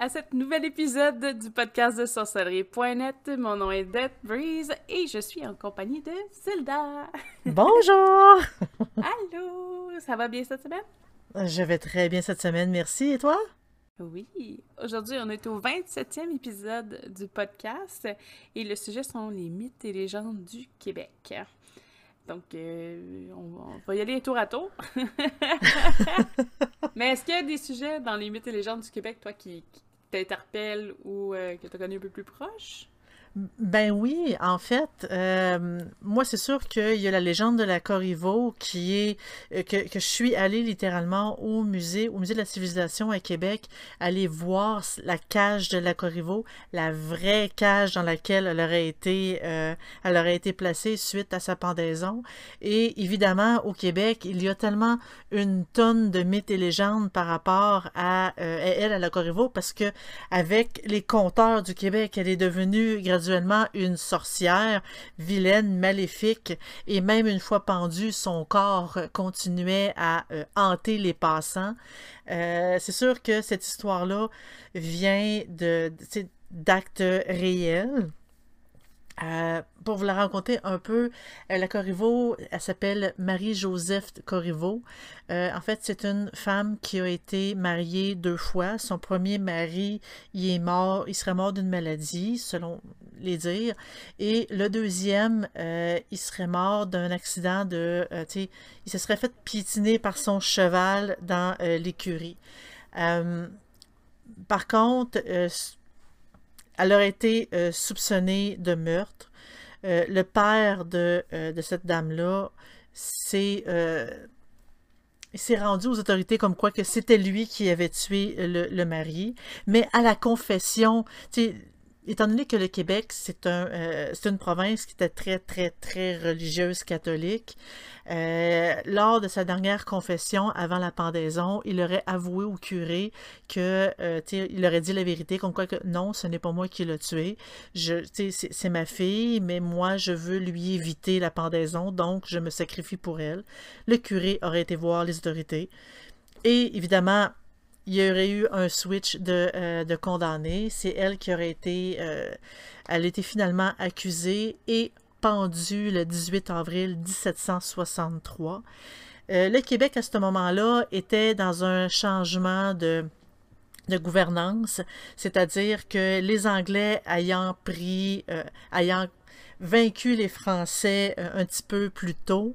à cet nouvel épisode du podcast de sorcellerie.net. Mon nom est Death Breeze et je suis en compagnie de Zelda. Bonjour! Allô, ça va bien cette semaine? Je vais très bien cette semaine, merci. Et toi? Oui, aujourd'hui on est au 27e épisode du podcast et le sujet sont les mythes et légendes du Québec. Donc, on va y aller tour à tour. Mais est-ce qu'il y a des sujets dans les mythes et légendes du Québec, toi, qui t'interpellent ou que tu as connu un peu plus proche? Ben oui, en fait, moi c'est sûr qu'il y a la légende de la Corriveau qui est que je suis allée littéralement au musée de la civilisation à Québec, aller voir la cage de la Corriveau, la vraie cage dans laquelle elle aurait été placée suite à sa pendaison. Et évidemment, au Québec, il y a tellement une tonne de mythes et légendes par rapport à elle, à la Corriveau, parce que avec les conteurs du Québec, elle est devenue graduellement une sorcière, vilaine, maléfique, et même une fois pendue, son corps continuait à hanter les passants. C'est sûr que cette histoire-là vient d'actes réels. Pour vous la raconter un peu, la Corriveau, elle s'appelle Marie-Joseph Corriveau. En fait, c'est une femme qui a été mariée 2 fois. Son premier mari, il serait mort d'une maladie, selon les dires. Et le deuxième, il serait mort d'un accident il se serait fait piétiner par son cheval dans l'écurie. Euh, Par contre, elle aurait été soupçonnée de meurtre. Le père de cette dame-là s'est rendu aux autorités comme quoi que c'était lui qui avait tué le mari. Mais à la confession, tu sais, étant donné que le Québec, c'est une province qui était très, très, très religieuse catholique, lors de sa dernière confession avant la pendaison, il aurait avoué au curé que, il aurait dit la vérité, comme quoi que non, ce n'est pas moi qui l'ai tué, c'est ma fille, mais moi, je veux lui éviter la pendaison, donc je me sacrifie pour elle. Le curé aurait été voir les autorités. Et évidemment, il y aurait eu un switch de condamnés. C'est elle qui aurait été... elle a été finalement accusée et pendue le 18 avril 1763. Le Québec, à ce moment-là, était dans un changement de gouvernance, c'est-à-dire que les Anglais ayant vaincu les Français un petit peu plus tôt,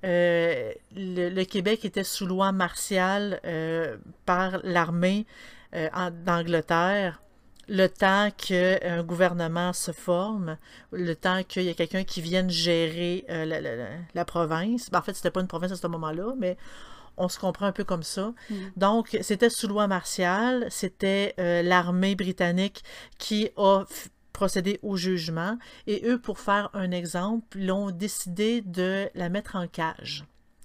le Québec était sous loi martiale par l'armée d'Angleterre. Le temps qu'un gouvernement se forme, le temps qu'il y ait quelqu'un qui vienne gérer la province. Ben, en fait, c'était pas une province à ce moment-là, mais on se comprend un peu comme ça. Mm. Donc, c'était sous loi martiale, c'était l'armée britannique qui a procédé au jugement, et eux, pour faire un exemple, l'ont décidé de la mettre en cage.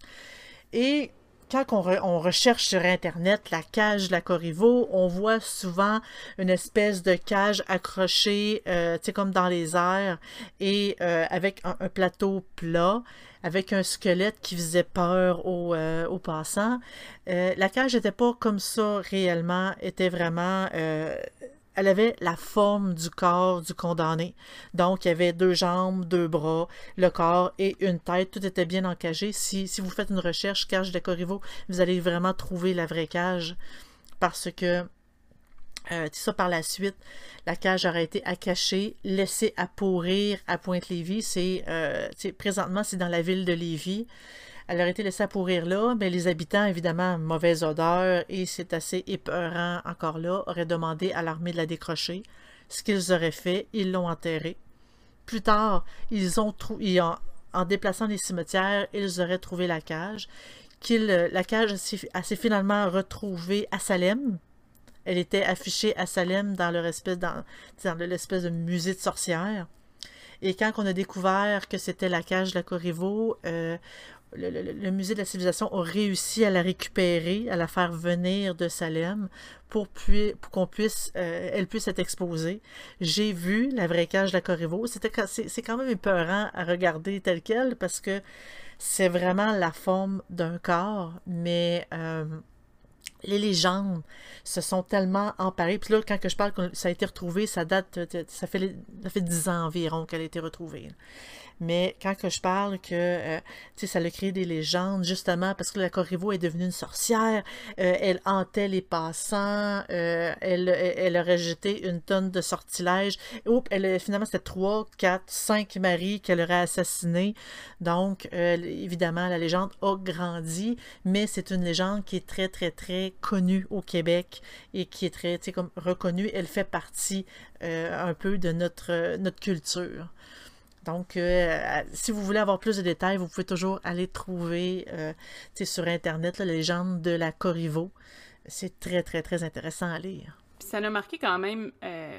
Et quand on recherche sur Internet la cage de la Corriveau, on voit souvent une espèce de cage accrochée, comme dans les airs, et avec un plateau plat, avec un squelette qui faisait peur aux passants. La cage n'était pas comme ça réellement, était vraiment... elle avait la forme du corps du condamné. Donc, il y avait 2 jambes, 2 bras, le corps et une tête. Tout était bien encagé. Si vous faites une recherche cage de Corriveau, vous allez vraiment trouver la vraie cage. Parce que, ça par la suite, la cage aurait été accachée, laissée à pourrir à Pointe-Lévis. Présentement, c'est dans la ville de Lévis. Elle aurait été laissée à pourrir là, mais les habitants, évidemment, mauvaise odeur, et c'est assez épeurant encore là, auraient demandé à l'armée de la décrocher. Ce qu'ils auraient fait, ils l'ont enterrée. Plus tard, en déplaçant les cimetières, ils auraient trouvé la cage. La cage s'est finalement retrouvée à Salem. Elle était affichée à Salem dans l'espèce de musée de sorcières. Et quand on a découvert que c'était la cage de la Corriveau, le musée de la civilisation a réussi à la récupérer, à la faire venir de Salem pour qu'on puisse, elle puisse être exposée. J'ai vu la vraie cage de la Corriveau. C'est quand même épeurant à regarder tel quel parce que c'est vraiment la forme d'un corps, mais Les légendes se sont tellement emparées. Puis là, quand que je parle que ça a été retrouvé, ça date, ça fait 10 ans environ qu'elle a été retrouvée. Mais quand que je parle que ça a créé des légendes, justement, parce que la Corriveau est devenue une sorcière, elle hantait les passants, elle aurait jeté une tonne de sortilèges. Oups, finalement, c'était 3, 4, 5 maris qu'elle aurait assassinés. Donc, évidemment, la légende a grandi, mais c'est une légende qui est très, très, très connue au Québec et qui est très, comme reconnue. Elle fait partie un peu de notre culture. Donc, si vous voulez avoir plus de détails, vous pouvez toujours aller trouver sur Internet la légende de la Corriveau. C'est très, très, très intéressant à lire. Puis ça a marqué quand même,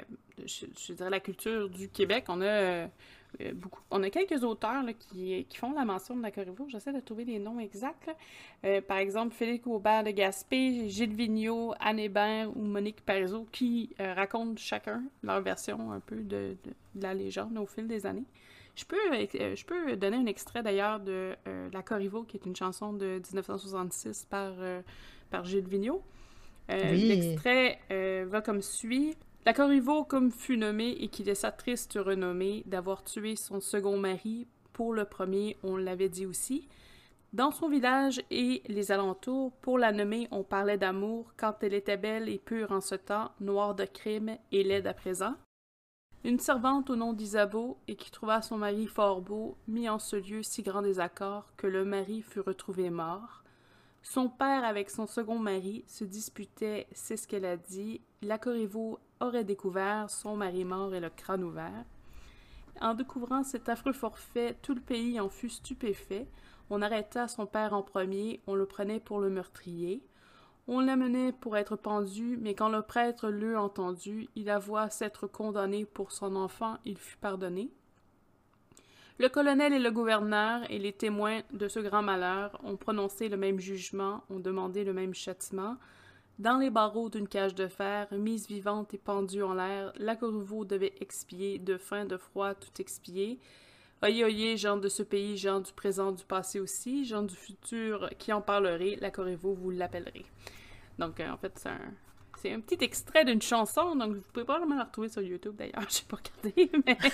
je dirais, la culture du Québec. On a on a quelques auteurs là, qui font la mention de la Corriveau. J'essaie de trouver les noms exacts. Par exemple, Félix Aubert de Gaspé, Gilles Vigneault, Anne Hébert ou Monique Parizeau qui racontent chacun leur version un peu de la légende au fil des années. Je peux donner un extrait d'ailleurs de La Corriveau, qui est une chanson de 1966 par Gilles Vigneault. Oui. L'extrait va comme suit. La Corriveau, comme fut nommée et qui laissa triste renommée d'avoir tué son second mari, pour le premier, on l'avait dit aussi. Dans son village et les alentours, pour la nommer, on parlait d'amour, quand elle était belle et pure en ce temps, noire de crime et laide à présent. Une servante au nom d'Isabeau, et qui trouva son mari fort beau, mit en ce lieu si grand désaccord que le mari fut retrouvé mort. Son père avec son second mari se disputait, c'est ce qu'elle a dit. La Corriveau aurait découvert son mari mort et le crâne ouvert. En découvrant cet affreux forfait, tout le pays en fut stupéfait. On arrêta son père en premier, on le prenait pour le meurtrier. On l'amenait pour être pendu, mais quand le prêtre l'eut entendu, il avoua s'être condamné pour son enfant, il fut pardonné. Le colonel et le gouverneur et les témoins de ce grand malheur ont prononcé le même jugement, ont demandé le même châtiment. Dans les barreaux d'une cage de fer, mise vivante et pendue en l'air, la Corriveau devait expier, de faim, de froid, tout expier. Oyez, oyez, gens de ce pays, gens du présent, du passé aussi, gens du futur qui en parlerez, la Corriveau vous l'appellerez. Donc, en fait, c'est un petit extrait d'une chanson, donc vous pouvez probablement la retrouver sur YouTube d'ailleurs, je sais pas regardé,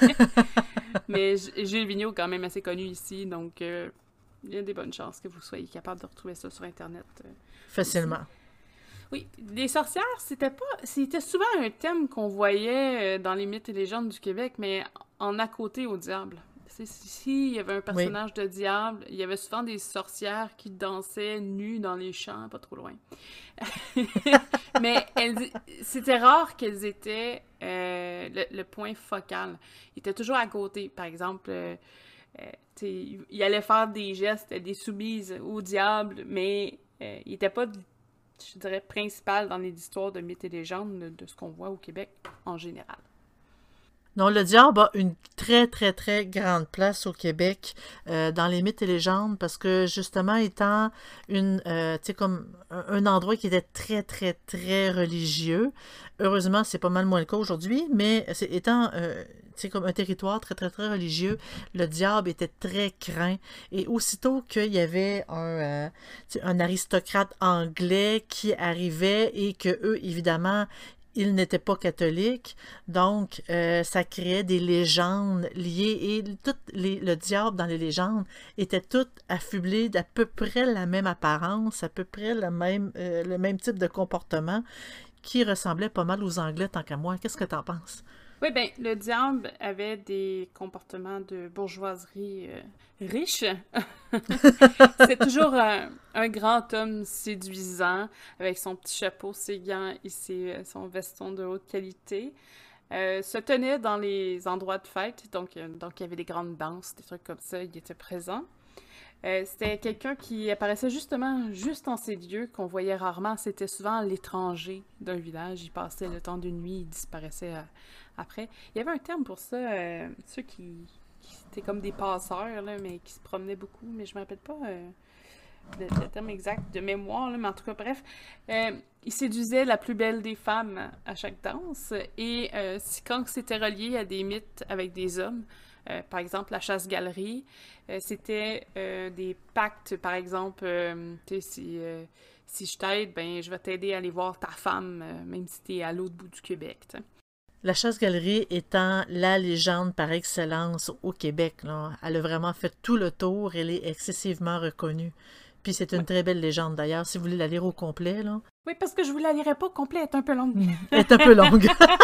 mais Gilles Vigneault est quand même assez connu ici, donc il y a des bonnes chances que vous soyez capable de retrouver ça sur Internet. Facilement. Aussi. Oui, les sorcières, c'était souvent un thème qu'on voyait dans les mythes et légendes du Québec, mais en à côté au diable. S'il y avait un personnage de diable, il y avait souvent des sorcières qui dansaient nues dans les champs, pas trop loin. Mais c'était rare qu'elles étaient le point focal. Ils étaient toujours à côté. Par exemple, il allait faire des gestes, des soumises au diable, mais il n'était pas, je dirais, principal dans les histoires de mythes et légendes de ce qu'on voit au Québec en général. Non, le diable a une très, très, très grande place au Québec dans les mythes et légendes parce que, justement, étant comme un endroit qui était très, très, très religieux, heureusement, c'est pas mal moins le cas aujourd'hui, mais étant comme un territoire très, très, très religieux, le diable était très craint. Et aussitôt qu'il y avait un aristocrate anglais qui arrivait et que eux, évidemment, ils n'étaient pas catholiques, donc ça créait des légendes liées et le diable dans les légendes était tout affublé d'à peu près la même apparence, à peu près le même type de comportement qui ressemblait pas mal aux Anglais tant qu'à moi. Qu'est-ce que t'en penses? Oui, bien, le diable avait des comportements de bourgeoiserie riche. C'est toujours un grand homme séduisant, avec son petit chapeau, ses gants et son veston de haute qualité. Se tenait dans les endroits de fête, donc il y avait des grandes danses, des trucs comme ça, il était présent. C'était quelqu'un qui apparaissait justement juste en ces lieux, qu'on voyait rarement. C'était souvent l'étranger d'un village. Il passait le temps d'une nuit, il disparaissait après. Il y avait un terme pour ça, ceux qui étaient comme des passeurs, là, mais qui se promenaient beaucoup, mais je me rappelle pas le terme exact de mémoire, là, mais en tout cas, bref. Il séduisait la plus belle des femmes à chaque danse, et quand c'était relié à des mythes avec des hommes, par exemple, la chasse-galerie, c'était des pactes, par exemple, si je t'aide, ben je vais t'aider à aller voir ta femme, même si t'es à l'autre bout du Québec, t'sais. La chasse-galerie étant la légende par excellence au Québec, là. Elle a vraiment fait tout le tour, elle est excessivement reconnue. Puis c'est une Ouais. très belle légende d'ailleurs, si vous voulez la lire au complet, là. Oui, parce que je vous la lirai pas complète, elle est un peu longue. Elle est un peu longue.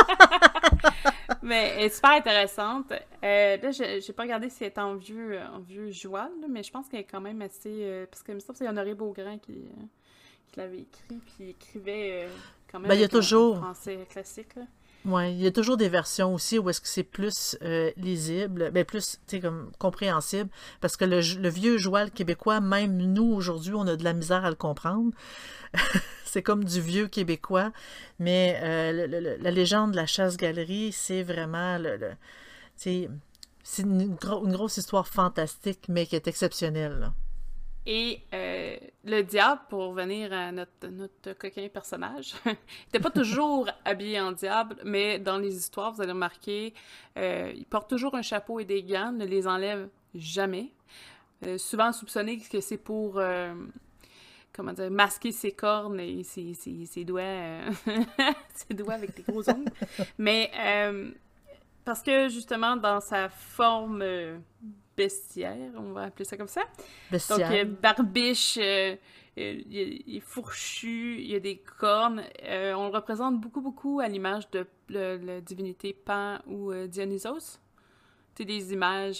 Mais elle est super intéressante. Là, j'ai pas regardé si elle est en vieux joual, là, mais je pense qu'elle est quand même assez... parce que il me semble que c'est Honoré Beaugrand qui l'avait écrit, puis il écrivait quand même Ben, il y a avec un toujours... français classique, là. Ouais, il y a toujours des versions aussi où est-ce que c'est plus lisible, ben plus, tu sais, comme compréhensible, parce que le vieux joual québécois, même nous, aujourd'hui, on a de la misère à le comprendre. C'est comme du vieux québécois, mais la légende de la chasse-galerie, c'est vraiment tu sais, c'est une grosse histoire fantastique, mais qui est exceptionnelle, là. Et le diable, pour revenir à notre coquin personnage, il n'était pas toujours habillé en diable, mais dans les histoires, vous allez remarquer, il porte toujours un chapeau et des gants, ne les enlève jamais. Souvent soupçonné que c'est pour, comment dire, masquer ses cornes et ses doigts, ses doigts avec des gros ongles. Mais parce que justement, dans sa forme bestiaire, on va appeler ça comme ça. Donc, Bestial. barbiche, il est fourchu, il y a des cornes. On le représente beaucoup à l'image de la divinité Pan ou Dionysos. C'est des images,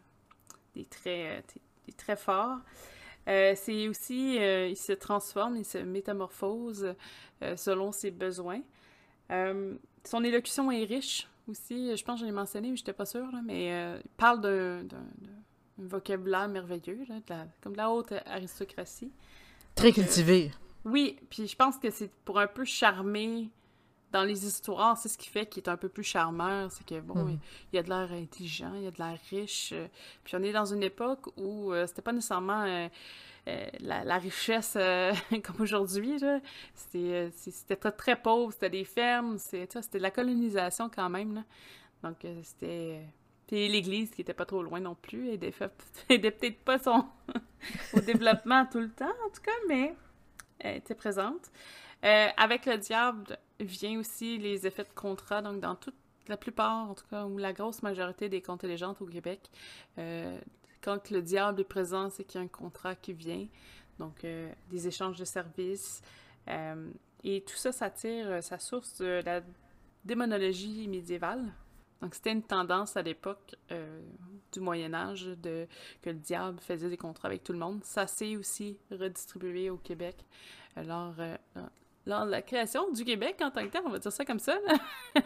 des traits forts. C'est aussi, il se transforme, il se métamorphose selon ses besoins. Son élocution est riche aussi, je pense que je l'ai mentionné, mais je n'étais pas sûre, là, mais il parle d'un vocabulaire merveilleux, là, comme de la haute aristocratie. Très Donc, cultivé. oui, puis je pense que c'est pour un peu charmer dans les histoires, c'est ce qui fait qu'il est un peu plus charmeur, c'est que, bon, il a de l'air intelligent, il a de l'air riche, puis on est dans une époque où c'était pas nécessairement la richesse comme aujourd'hui, là. C'était très pauvre, c'était des fermes, c'était de la colonisation quand même, là. Donc, c'était... Puis l'église qui était pas trop loin non plus, aidait peut-être pas au développement tout le temps, en tout cas, mais elle était présente. Avec le diable vient aussi les effets de contrat, donc dans la plupart, en tout cas, ou la grosse majorité des contes et légendes au Québec, quand le diable est présent, c'est qu'il y a un contrat qui vient, donc des échanges de services, et tout ça, ça tire sa source de la démonologie médiévale. Donc c'était une tendance à l'époque du Moyen-Âge que le diable faisait des contrats avec tout le monde. Ça s'est aussi redistribué au Québec lors de la création du Québec en tant que tel, on va dire ça comme ça, là.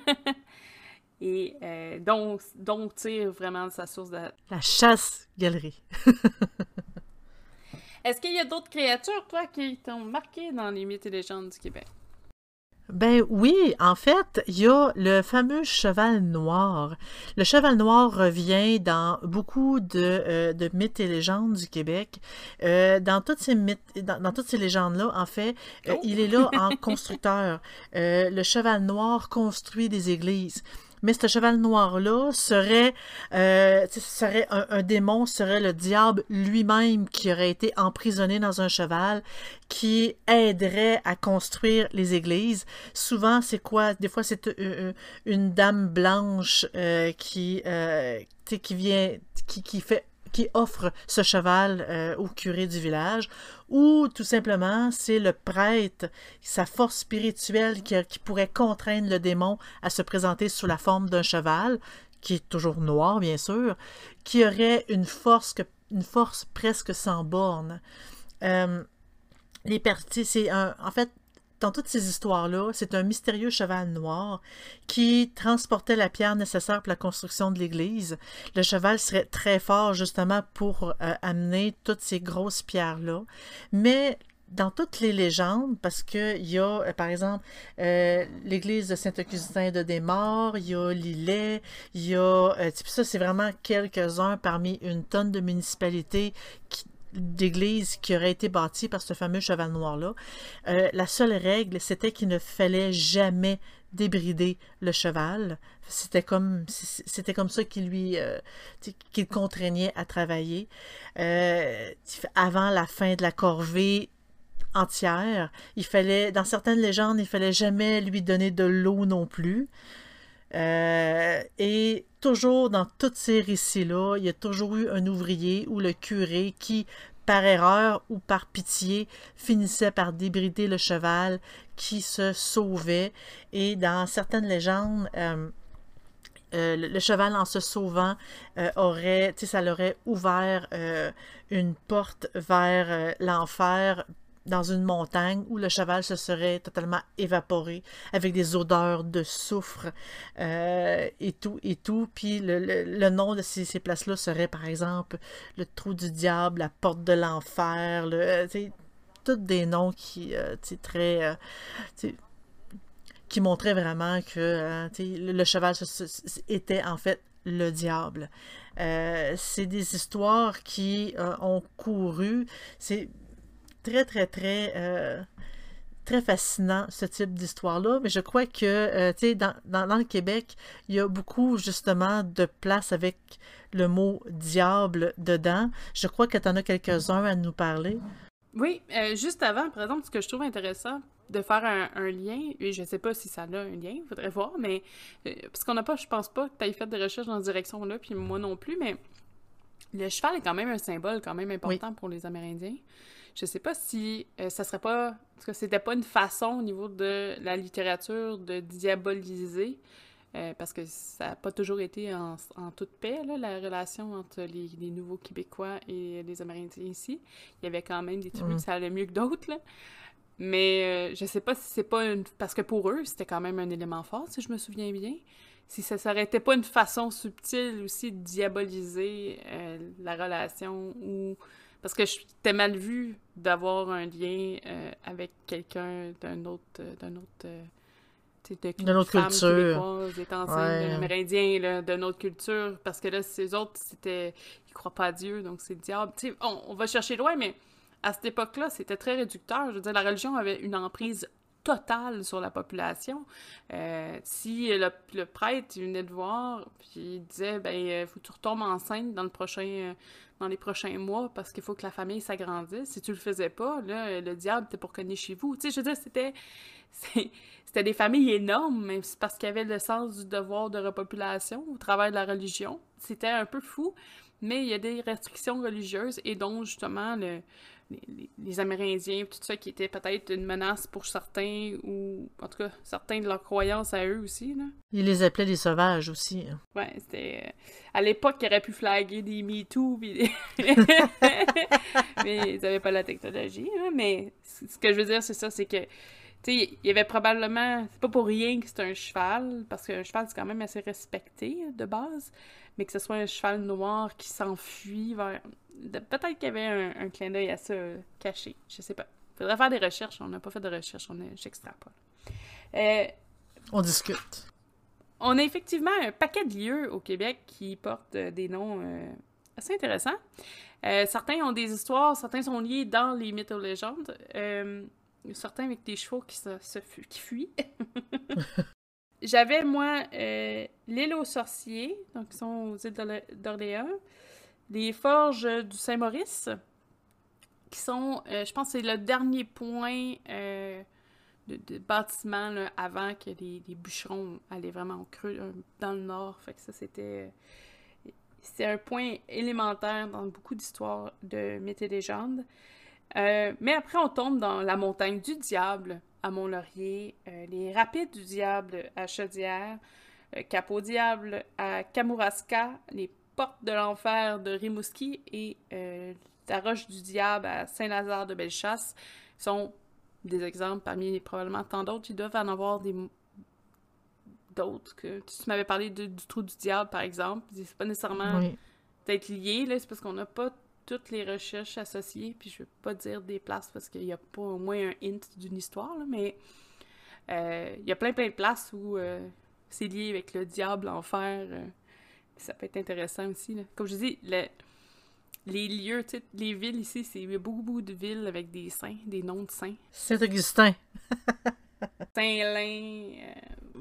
Et donc tire vraiment sa source de... La chasse-galerie. Est-ce qu'il y a d'autres créatures, toi, qui t'ont marqué dans les mythes et légendes du Québec? Ben oui, en fait, il y a le fameux cheval noir. Le cheval noir revient dans beaucoup de mythes et légendes du Québec. Dans toutes ces mythes, dans toutes ces légendes-là, en fait, il est là en constructeur. Le cheval noir construit des églises. Mais ce cheval noir-là serait un démon, serait le diable lui-même qui aurait été emprisonné dans un cheval, qui aiderait à construire les églises. Souvent, c'est quoi? Des fois, c'est une dame blanche qui offre ce cheval au curé du village, ou tout simplement, c'est le prêtre, sa force spirituelle qui pourrait contraindre le démon à se présenter sous la forme d'un cheval, qui est toujours noir, bien sûr, qui aurait une force presque sans borne. En fait, dans toutes ces histoires-là, c'est un mystérieux cheval noir qui transportait la pierre nécessaire pour la construction de l'église. Le cheval serait très fort justement pour amener toutes ces grosses pierres-là. Mais dans toutes les légendes, parce qu'il y a, par exemple, l'église de Saint-Augustin de Desmaures, il y a Lillet, il y a... ça, c'est vraiment quelques-uns parmi une tonne de municipalités d'église qui aurait été bâtie par ce fameux cheval noir-là. La seule règle, c'était qu'il ne fallait jamais débrider le cheval. C'était comme ça qu'il contraignait à travailler. Avant la fin de la corvée, entière. Dans certaines légendes, il fallait jamais lui donner de l'eau non plus. Et toujours dans tous ces récits-là, il y a toujours eu un ouvrier ou le curé qui, par erreur ou par pitié, finissait par débrider le cheval qui se sauvait. Et dans certaines légendes, le cheval, en se sauvant, ça l'aurait ouvert une porte vers l'enfer dans une montagne où le cheval se serait totalement évaporé avec des odeurs de soufre et tout. Puis le nom de ces places-là serait, par exemple, le trou du diable, la porte de l'enfer, tous des noms qui, très... qui montraient vraiment que le cheval était en fait le diable. C'est des histoires qui ont couru. C'est très, très, très, très fascinant, ce type d'histoire-là. Mais je crois que, dans le Québec, il y a beaucoup, justement, de places avec le mot « diable » dedans. Je crois que tu en as quelques-uns à nous parler. Oui, juste avant, par exemple, ce que je trouve intéressant de faire un lien, et je sais pas si ça a un lien, il faudrait voir, mais parce qu'on n'a pas, je pense pas que tu aies fait des recherches dans cette direction-là, puis moi non plus, mais le cheval est quand même un symbole quand même important pour les Amérindiens. Je sais pas si ça serait pas, en tout cas, c'était pas une façon au niveau de la littérature de diaboliser, parce que ça n'a pas toujours été en toute paix, là, la relation entre les nouveaux Québécois et les Amérindiens ici. Il y avait quand même des tribus que ça allait mieux que d'autres, là. Mais je sais pas si c'est pas une... Parce que pour eux, c'était quand même un élément fort, si je me souviens bien. Si ça s'arrêtait pas une façon subtile aussi de diaboliser la relation ou... Parce que c'était mal vu d'avoir un lien avec quelqu'un d'une autre culture. Québécoise étant enceinte d'un Amérindien, là, d'une autre culture, parce que là, ces autres, ils croient pas à Dieu, donc c'est le diable. Tu sais, on va chercher loin, mais à cette époque-là, c'était très réducteur. Je veux dire, la religion avait une emprise totale sur la population. Si le prêtre il venait te voir, puis il disait, ben, faut que tu retombes enceinte dans les prochains mois parce qu'il faut que la famille s'agrandisse. Si tu le faisais pas, là, le diable était pour cogner chez vous. Tu sais, je veux dire, c'était des familles énormes, mais c'est parce qu'il y avait le sens du devoir de repopulation au travers de la religion. C'était un peu fou, mais il y a des restrictions religieuses et donc, justement, les Amérindiens, tout ça, qui était peut-être une menace pour certains, ou en tout cas, certains de leurs croyances à eux aussi, là. Ils les appelaient les sauvages aussi. Ouais, c'était... à l'époque, ils auraient pu flaguer des MeToo, pis mais ils n'avaient pas la technologie, là. Mais ce que je veux dire, c'est ça, c'est que, tu sais, il y avait probablement... C'est pas pour rien que c'est un cheval, parce qu'un cheval, c'est quand même assez respecté, de base, mais que ce soit un cheval noir qui s'enfuit vers... Peut-être qu'il y avait un clin d'œil à ça caché, je sais pas. Faudrait faire des recherches, on n'a pas fait de recherches, j'extrapole. On discute. On a effectivement un paquet de lieux au Québec qui portent des noms assez intéressants. Certains ont des histoires, certains sont liés dans les mythes et légendes. Certains avec des chevaux qui fuient. J'avais, moi, l'île aux sorciers, donc qui sont aux îles d'Orléans. Les forges du Saint-Maurice, qui sont, je pense que c'est le dernier point de bâtiment là, avant que les bûcherons allaient vraiment au creux dans le nord. Fait que ça, c'était un point élémentaire dans beaucoup d'histoires de mythes et légendes. Mais après, on tombe dans la montagne du diable à Mont-Laurier, les rapides du diable à Chaudière, Cap-au-Diable à Kamouraska, les portes de l'enfer de Rimouski et la roche du diable à Saint-Lazare de Bellechasse sont des exemples parmi probablement tant d'autres. Il doivent en avoir d'autres. Tu m'avais parlé du trou du diable, par exemple. C'est pas nécessairement peut-être lié, là, c'est parce qu'on n'a pas toutes les recherches associées, puis je veux pas dire des places parce qu'il n'y a pas au moins un hint d'une histoire, là, mais il y a plein de places où c'est lié avec le diable, l'enfer. Ça peut être intéressant aussi, là. Comme je dis, les lieux, tu sais, les villes ici, il y a beaucoup de villes avec des saints, des noms de saints. Saint-Augustin. Saint-Lin,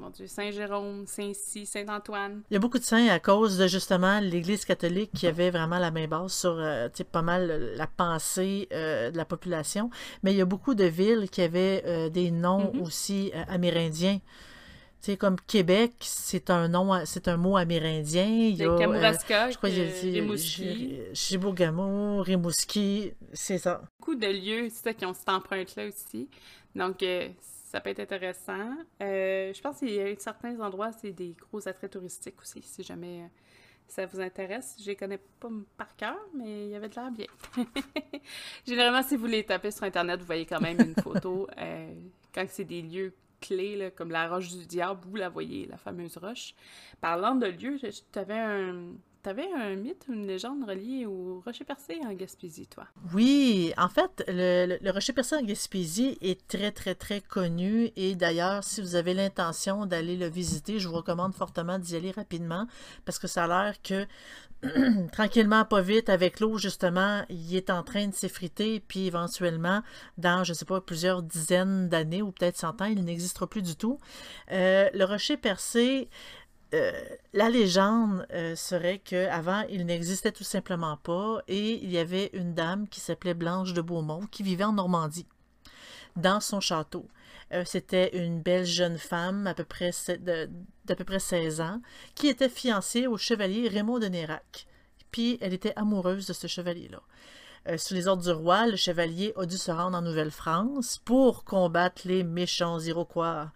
mon Dieu, Saint-Jérôme, Saint-Cy, Saint-Antoine. Il y a beaucoup de saints à cause de justement l'Église catholique qui avait vraiment la main basse sur pas mal la pensée de la population. Mais il y a beaucoup de villes qui avaient des noms aussi amérindiens. Tu sais, comme Québec, c'est un mot amérindien. Il y a, Kamouraska, je crois qu'il y a Rimouski. Chibougamau, Rimouski, c'est ça. Beaucoup de lieux, c'est ça, qui ont cette empreinte-là aussi. Donc, ça peut être intéressant. Je pense qu'il y a certains endroits, c'est des gros attraits touristiques aussi, si jamais ça vous intéresse. Je les connais pas par cœur, mais il y avait de l'air bien. Généralement, si vous les tapez sur Internet, vous voyez quand même une photo. Quand c'est des lieux clés, là, comme la Roche du Diable, vous la voyez, la fameuse roche. Parlant de lieux, t'avais un mythe ou une légende reliée au Rocher Percé en Gaspésie, toi? Oui, en fait, le Rocher Percé en Gaspésie est très, très, très connu. Et d'ailleurs, si vous avez l'intention d'aller le visiter, je vous recommande fortement d'y aller rapidement parce que ça a l'air que tranquillement, pas vite, avec l'eau, justement, il est en train de s'effriter, puis éventuellement, dans, je ne sais pas, plusieurs dizaines d'années ou peut-être 100 ans, il n'existera plus du tout. Le Rocher Percé, la légende serait qu'avant, il n'existait tout simplement pas et il y avait une dame qui s'appelait Blanche de Beaumont qui vivait en Normandie, dans son château. C'était une belle jeune femme d'à peu près 16 ans qui était fiancée au chevalier Raymond de Nérac. Puis elle était amoureuse de ce chevalier-là. Sous les ordres du roi, le chevalier a dû se rendre en Nouvelle-France pour combattre les méchants Iroquois.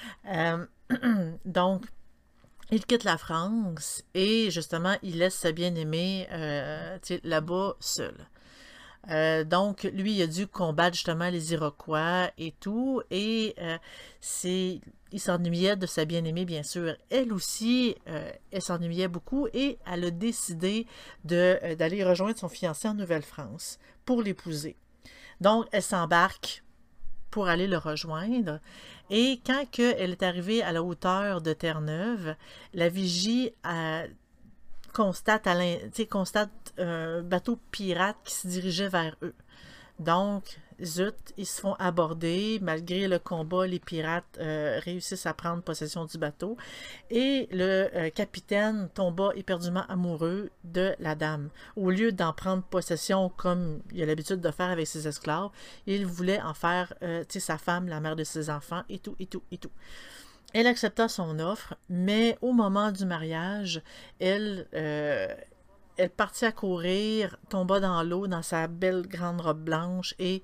Donc, il quitte la France et justement, il laisse sa bien-aimée là-bas seule. Donc, lui, il a dû combattre justement les Iroquois et tout, et il s'ennuyait de sa bien-aimée, bien sûr. Elle aussi, elle s'ennuyait beaucoup, et elle a décidé d'aller rejoindre son fiancé en Nouvelle-France pour l'épouser. Donc, elle s'embarque pour aller le rejoindre, et quand elle est arrivée à la hauteur de Terre-Neuve, la vigie constate un bateau pirate qui se dirigeait vers eux. Donc, zut, ils se font aborder. Malgré le combat, les pirates réussissent à prendre possession du bateau. Et le capitaine tomba éperdument amoureux de la dame. Au lieu d'en prendre possession comme il a l'habitude de faire avec ses esclaves, il voulait en faire sa femme, la mère de ses enfants, et tout, et tout, et tout. Elle accepta son offre, mais au moment du mariage, elle partit à courir, tomba dans l'eau dans sa belle grande robe blanche et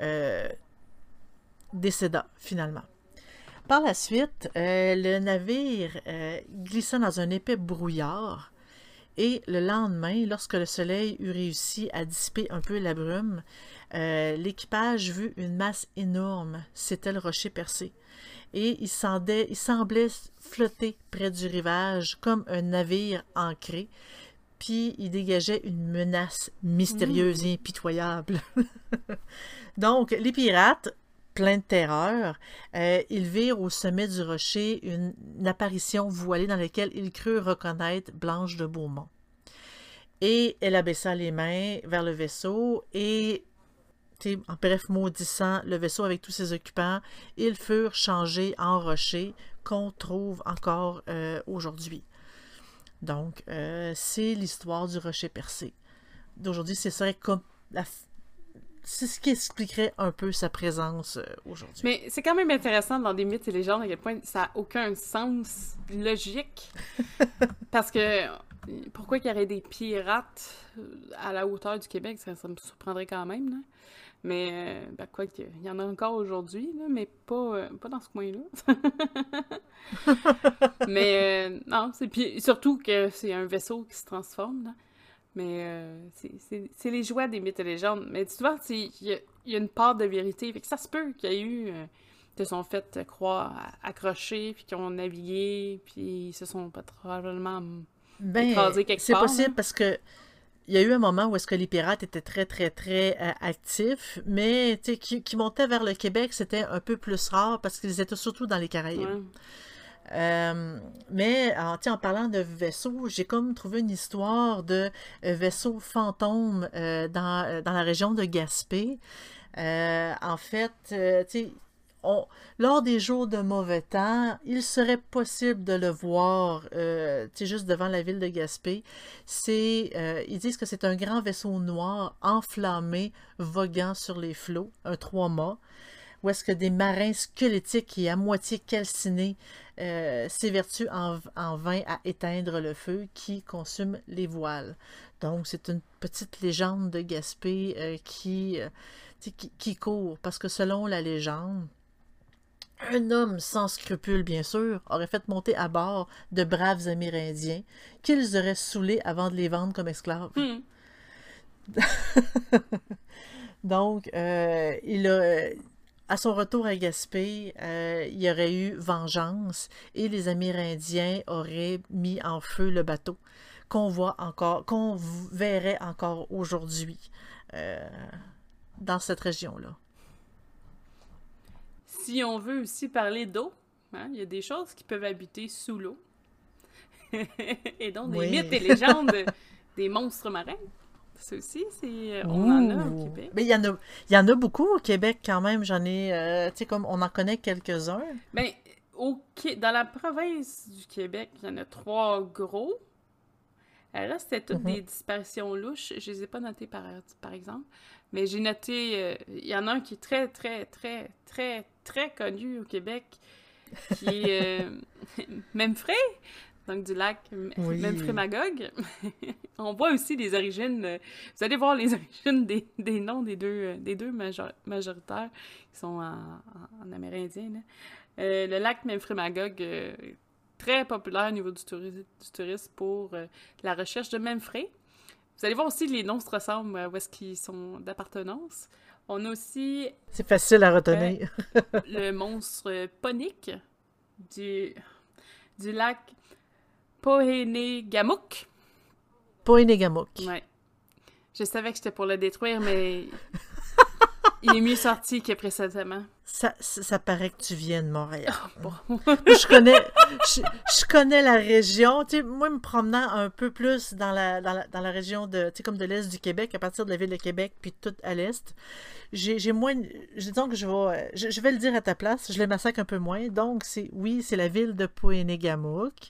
décéda finalement. Par la suite, le navire glissa dans un épais brouillard et le lendemain, lorsque le soleil eut réussi à dissiper un peu la brume, l'équipage vit une masse énorme, c'était le Rocher Percé. Et il semblait flotter près du rivage comme un navire ancré, puis il dégageait une menace mystérieuse et impitoyable. Donc, les pirates, pleins de terreur, ils virent au sommet du rocher une apparition voilée dans laquelle ils crurent reconnaître Blanche de Beaumont. Et elle abaissa les mains vers le vaisseau et, en bref, maudissant le vaisseau avec tous ses occupants, ils furent changés en rochers qu'on trouve encore aujourd'hui. Donc, c'est l'histoire du Rocher Percé. D'aujourd'hui, c'est ce qui expliquerait un peu sa présence aujourd'hui. Mais c'est quand même intéressant dans des mythes et légendes à quel point ça n'a aucun sens logique. Parce que pourquoi qu'il y aurait des pirates à la hauteur du Québec, ça me surprendrait quand même, là. Mais, quoi qu'il y en a encore aujourd'hui, là, mais pas dans ce coin-là. Mais, non, puis surtout que c'est un vaisseau qui se transforme, là. Mais c'est les joies des mythes et légendes. Mais tu vois, il y a une part de vérité. Fait que ça se peut qu'il y ait eu... Ils se sont fait croire accrochés, puis qu'ils ont navigué, puis ils se sont probablement écrasés quelque part. C'est possible là. parce que il y a eu un moment où est-ce que les pirates étaient très, très, très actifs, mais qui montaient vers le Québec, c'était un peu plus rare parce qu'ils étaient surtout dans les Caraïbes. Ouais. Mais en parlant de vaisseaux, j'ai comme trouvé une histoire de vaisseaux fantômes dans la région de Gaspé. En fait, lors des jours de mauvais temps, il serait possible de le voir juste devant la ville de Gaspé. Ils disent que c'est un grand vaisseau noir enflammé voguant sur les flots, un 3-mâts, où est-ce que des marins squelettiques et à moitié calcinés s'évertuent en vain à éteindre le feu qui consume les voiles. Donc, c'est une petite légende de Gaspé qui court, parce que selon la légende, un homme sans scrupules, bien sûr, aurait fait monter à bord de braves Amérindiens qu'ils auraient saoulés avant de les vendre comme esclaves. Donc, à son retour à Gaspé, il y aurait eu vengeance et les Amérindiens auraient mis en feu le bateau qu'on verrait encore aujourd'hui dans cette région-là. Si on veut aussi parler d'eau, hein, il y a des choses qui peuvent habiter sous l'eau. Et donc des mythes et légendes des monstres marins. Ça aussi, on en a au Québec. Mais il y en a beaucoup au Québec quand même. J'en ai, comme on en connaît quelques-uns. Ben, dans la province du Québec, il y en a 3 gros. Le reste, c'était toutes des disparitions louches. Je les ai pas notées par exemple. Mais j'ai noté, il y en a un qui est très, très, très, très, très connu au Québec, qui est Memphrey, donc du lac Memphremagog. On voit aussi les origines, vous allez voir les origines des noms des deux majoritaires qui sont en amérindien. Là. Le lac Memphremagog, très populaire au niveau du tourisme pour la recherche de Memphrey. Vous allez voir aussi les noms se ressemblent où est-ce qu'ils sont d'appartenance. On a aussi... C'est facile à retenir. Le monstre ponique du lac Pohénégamook. Pohénégamook. Ouais. Je savais que j'étais pour le détruire, mais il est mieux sorti que précédemment. Ça paraît que tu viens de Montréal. Bon. je connais la région. Tu sais, moi, me promenant un peu plus dans la région de l'est du Québec, à partir de la ville de Québec, puis tout à l'est, j'ai moins... Disons que je vais le dire à ta place, je le massacre un peu moins. Donc, c'est la ville de Pohénégamook,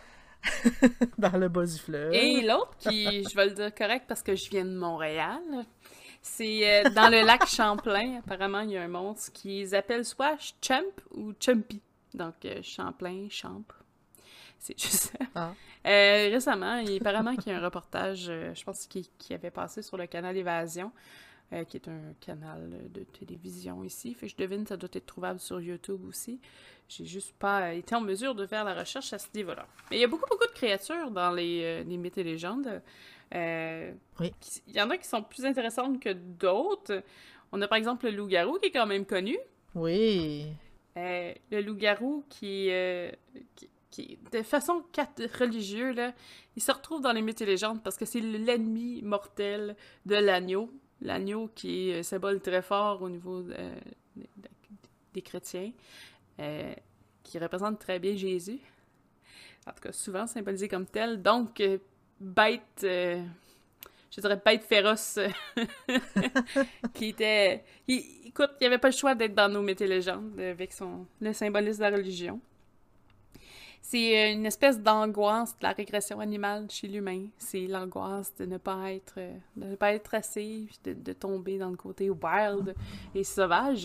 dans le bas du fleuve. Et l'autre, je vais le dire correct parce que je viens de Montréal... C'est dans le lac Champlain, apparemment, il y a un monstre qu'ils appellent soit Champ ou Chumpy. Donc, Champlain, Champ. C'est juste ça. Ah. Récemment, apparemment qu'il y a un reportage, je pense qui avait passé sur le canal Évasion, qui est un canal de télévision ici. Fait que je devine que ça doit être trouvable sur YouTube aussi. J'ai juste pas été en mesure de faire la recherche à ce niveau-là. Mais il y a beaucoup de créatures dans les mythes et légendes. Oui. Il y en a qui sont plus intéressantes que d'autres. On a par exemple le loup-garou qui est quand même connu. Oui. Le loup-garou qui de façon religieuse, là, il se retrouve dans les mythes et légendes parce que c'est l'ennemi mortel de l'agneau. L'agneau qui est un symbole très fort au niveau des chrétiens, qui représente très bien Jésus. En tout cas, souvent symbolisé comme tel. Donc, bête, je dirais bête féroce, qui était... Écoute, il n'y avait pas le choix d'être dans nos mythes et légendes avec le symbolisme de la religion. C'est une espèce d'angoisse de la régression animale chez l'humain. C'est l'angoisse de ne pas être assez, de tomber dans le côté wild et sauvage.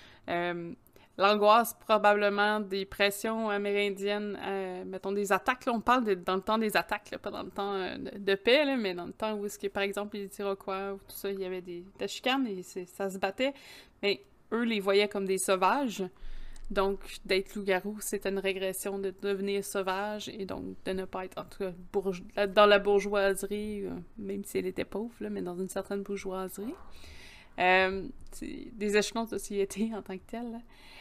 L'angoisse probablement des pressions amérindiennes, mettons des attaques, là, on parle dans le temps des attaques, là, pas dans le temps de paix, là, mais dans le temps où est-ce que, par exemple, les Iroquois ou tout ça, il y avait des chicanes et ça se battait, mais eux les voyaient comme des sauvages. Donc, d'être loup-garou, c'était une régression de devenir sauvage et donc de ne pas être, en tout cas, dans la bourgeoisie, même si elle était pauvre, là, mais dans une certaine bourgeoisie. Des échelons de société en tant que tel.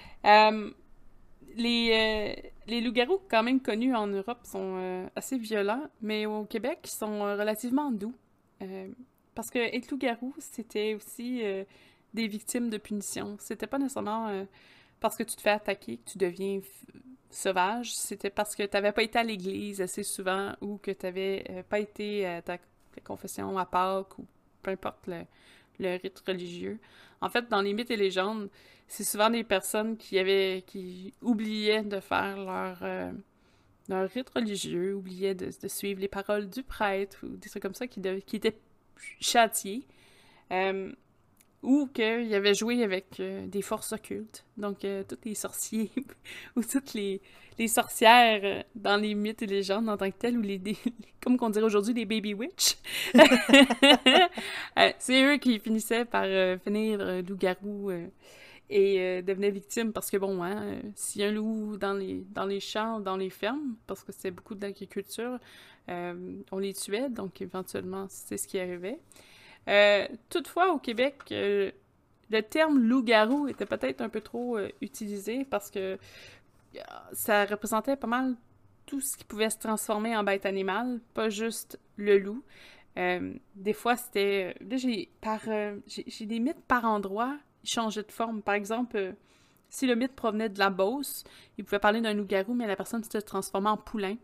Les loups-garous, quand même connus en Europe, sont assez violents, mais au Québec, ils sont relativement doux. Parce que être loup-garou, c'était aussi des victimes de punition. C'était pas nécessairement parce que tu te fais attaquer que tu deviens sauvage, c'était parce que tu n'avais pas été à l'église assez souvent ou que tu n'avais pas été à ta confession à Pâques ou peu importe le rite religieux. En fait, dans les mythes et légendes, c'est souvent des personnes qui oubliaient de faire leur rite religieux, oubliaient de suivre les paroles du prêtre ou des trucs comme ça qui étaient châtiés. Ou qu'il avait joué avec des forces occultes. Donc, tous les sorciers ou toutes les sorcières dans les mythes et légendes en tant que telles, ou comme qu'on dirait aujourd'hui, les baby witch. C'est eux qui finissaient par finir loup-garou et devenaient victimes parce que, bon, hein, s'il y a un loup dans les champs, dans les fermes, parce que c'est beaucoup d'agriculture, on les tuait, donc éventuellement, c'est ce qui arrivait. Toutefois, au Québec, le terme loup-garou était peut-être un peu trop utilisé parce que ça représentait pas mal tout ce qui pouvait se transformer en bête animale, pas juste le loup. Des fois, c'était... Là, j'ai des mythes par endroit, ils changeaient de forme. Par exemple, si le mythe provenait de la Beauce, il pouvait parler d'un loup-garou, mais la personne se transformait en poulain.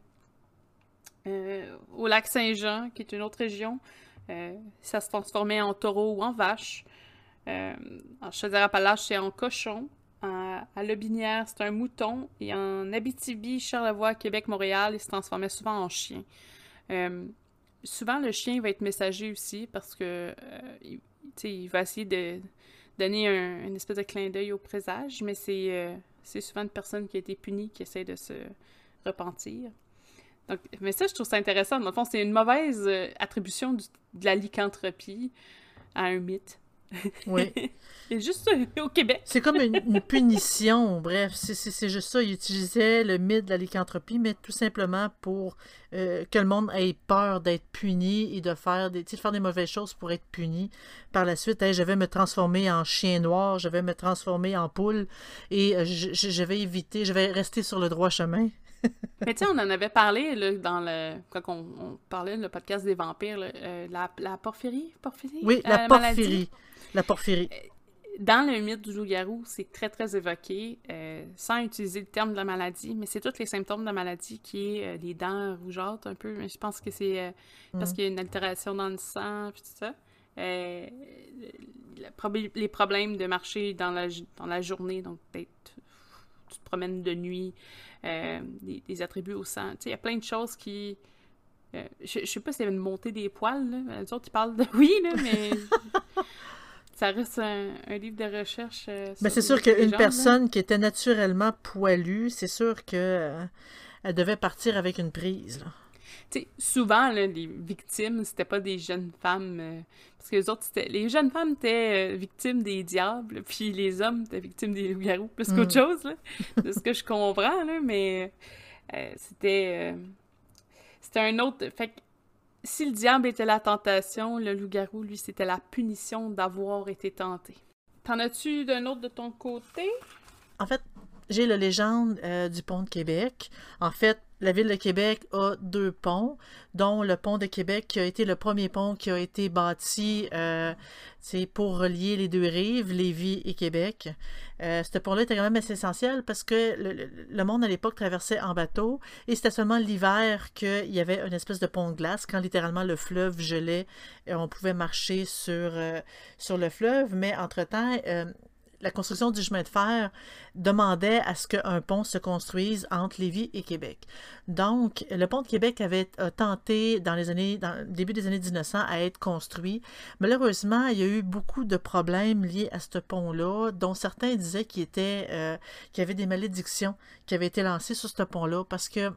Au lac Saint-Jean, qui est une autre région, ça se transformait en taureau ou en vache. En Chaudière-Appalaches, c'est en cochon. À Lobinière, c'est un mouton. Et en Abitibi, Charlevoix, Québec, Montréal, il se transformait souvent en chien. Souvent, le chien va être messager aussi parce que il va essayer de donner une espèce de clin d'œil au présage, mais c'est souvent une personne qui a été punie qui essaie de se repentir. Donc, mais ça, je trouve ça intéressant. Dans le fond, c'est une mauvaise attribution de la lycanthropie à un mythe. Oui. Et juste au Québec. C'est comme une punition, bref, c'est juste ça. Ils utilisaient le mythe de la lycanthropie, mais tout simplement pour que le monde ait peur d'être puni et de faire des mauvaises choses pour être puni. Par la suite, je vais me transformer en chien noir, je vais me transformer en poule et je vais rester sur le droit chemin. Mais tu sais, on en avait parlé là, quand on parlait le podcast des vampires, là, la porphyrie? Oui, la porphyrie. Maladie. La porphyrie. Dans le mythe du loup-garou, c'est très, très évoqué, sans utiliser le terme de la maladie, mais c'est tous les symptômes de la maladie qui est les dents rougeâtres un peu, mais je pense que c'est parce qu'il y a une altération dans le sang, puis tout ça. Les problèmes de marcher dans la journée, donc peut-être tu te promènes de nuit, des attributs au sang. Tu sais, il y a plein de choses qui... je sais pas s'il y avait une montée des poils, là. Les autres, ils parlent de... Oui, là, mais... Ça reste un livre de recherche. Ben, c'est sûr qu'une personne qui était naturellement poilue, c'est sûr que elle devait partir avec une prise, là. Tu sais, souvent, là, les victimes, c'était pas des jeunes femmes... parce que les jeunes femmes étaient victimes des diables, puis les hommes étaient victimes des loups-garous, plus qu'autre chose, là, de ce que je comprends, là, mais c'était un autre... Fait que si le diable était la tentation, le loup-garou, lui, c'était la punition d'avoir été tenté. T'en as-tu d'un autre de ton côté? En fait, j'ai la légende du pont de Québec. En fait, la ville de Québec a 2 ponts, dont le pont de Québec qui a été le premier pont qui a été bâti pour relier les 2 rives, Lévis et Québec. Ce pont-là était quand même assez essentiel parce que le monde à l'époque traversait en bateau et c'était seulement l'hiver qu'il y avait une espèce de pont de glace. Quand littéralement le fleuve gelait, on pouvait marcher sur le fleuve, mais entre-temps... la construction du chemin de fer demandait à ce qu'un pont se construise entre Lévis et Québec. Donc, le pont de Québec avait tenté, dans le début des années 1900, à être construit. Malheureusement, il y a eu beaucoup de problèmes liés à ce pont-là, dont certains disaient qu'il y avait des malédictions qui avaient été lancées sur ce pont-là, parce que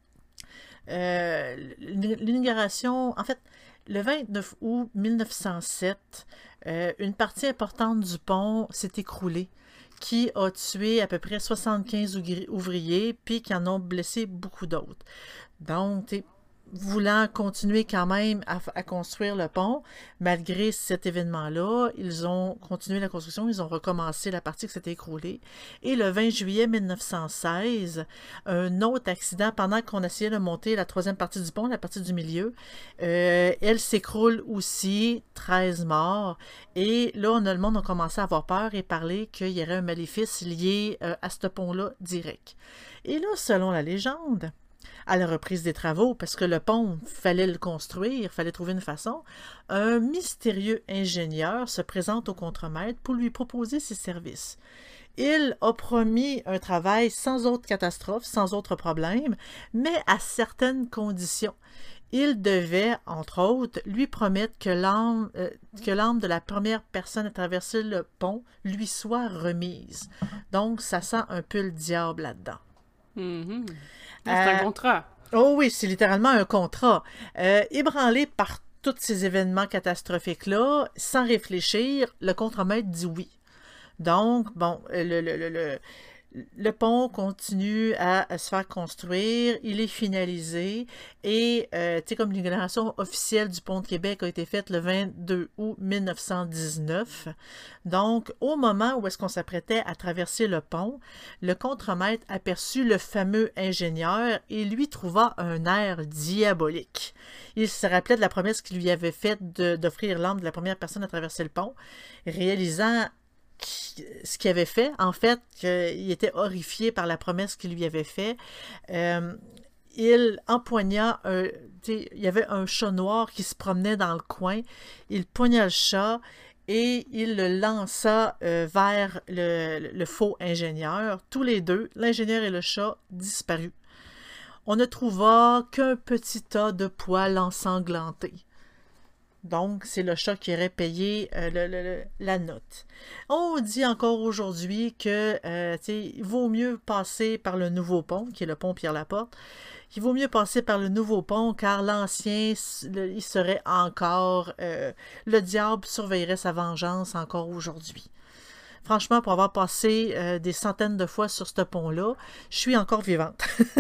l'inauguration... En fait, le 29 août 1907, une partie importante du pont s'est écroulée, qui a tué à peu près 75 ouvriers, puis qui en ont blessé beaucoup d'autres. Donc, voulant continuer quand même à construire le pont, malgré cet événement-là, ils ont continué la construction, ils ont recommencé la partie qui s'était écroulée. Et le 20 juillet 1916, un autre accident, pendant qu'on essayait de monter la 3e partie du pont, la partie du milieu, elle s'écroule aussi, 13 morts. Et là, le monde a commencé à avoir peur et parler qu'il y aurait un maléfice lié à ce pont-là direct. Et là, selon la légende, À la reprise des travaux, parce que le pont, fallait le construire, fallait trouver une façon, un mystérieux ingénieur se présente au contremaître pour lui proposer ses services. Il a promis un travail sans autre catastrophe, sans autre problème, mais à certaines conditions. Il devait, entre autres, lui promettre que l'âme de la première personne à traverser le pont lui soit remise. Donc, ça sent un peu le diable là-dedans. Mhm. C'est un contrat. Oh oui, c'est littéralement un contrat. Ébranlé par tous ces événements catastrophiques-là, sans réfléchir, le contremaître dit oui. Donc, bon, le pont continue à se faire construire, il est finalisé et, tu sais, comme l'inauguration officielle du pont de Québec a été faite le 22 août 1919. Donc, au moment où est-ce qu'on s'apprêtait à traverser le pont, le contremaître aperçut le fameux ingénieur et lui trouva un air diabolique. Il se rappelait de la promesse qu'il lui avait faite d'offrir l'âme de la première personne à traverser le pont, réalisant ce qu'il avait fait, en fait, qu'il était horrifié par la promesse qu'il lui avait faite. Il empoigna il y avait un chat noir qui se promenait dans le coin. Il poigna le chat et il le lança vers le faux ingénieur. Tous les deux, l'ingénieur et le chat, disparus. On ne trouva qu'un petit tas de poils ensanglantés. Donc, c'est le chat qui aurait payé la note. On dit encore aujourd'hui que il vaut mieux passer par le nouveau pont, qui est le pont Pierre-Laporte. Il vaut mieux passer par le nouveau pont, car l'ancien, il serait encore... le diable surveillerait sa vengeance encore aujourd'hui. Franchement, pour avoir passé des centaines de fois sur ce pont-là, je suis encore vivante.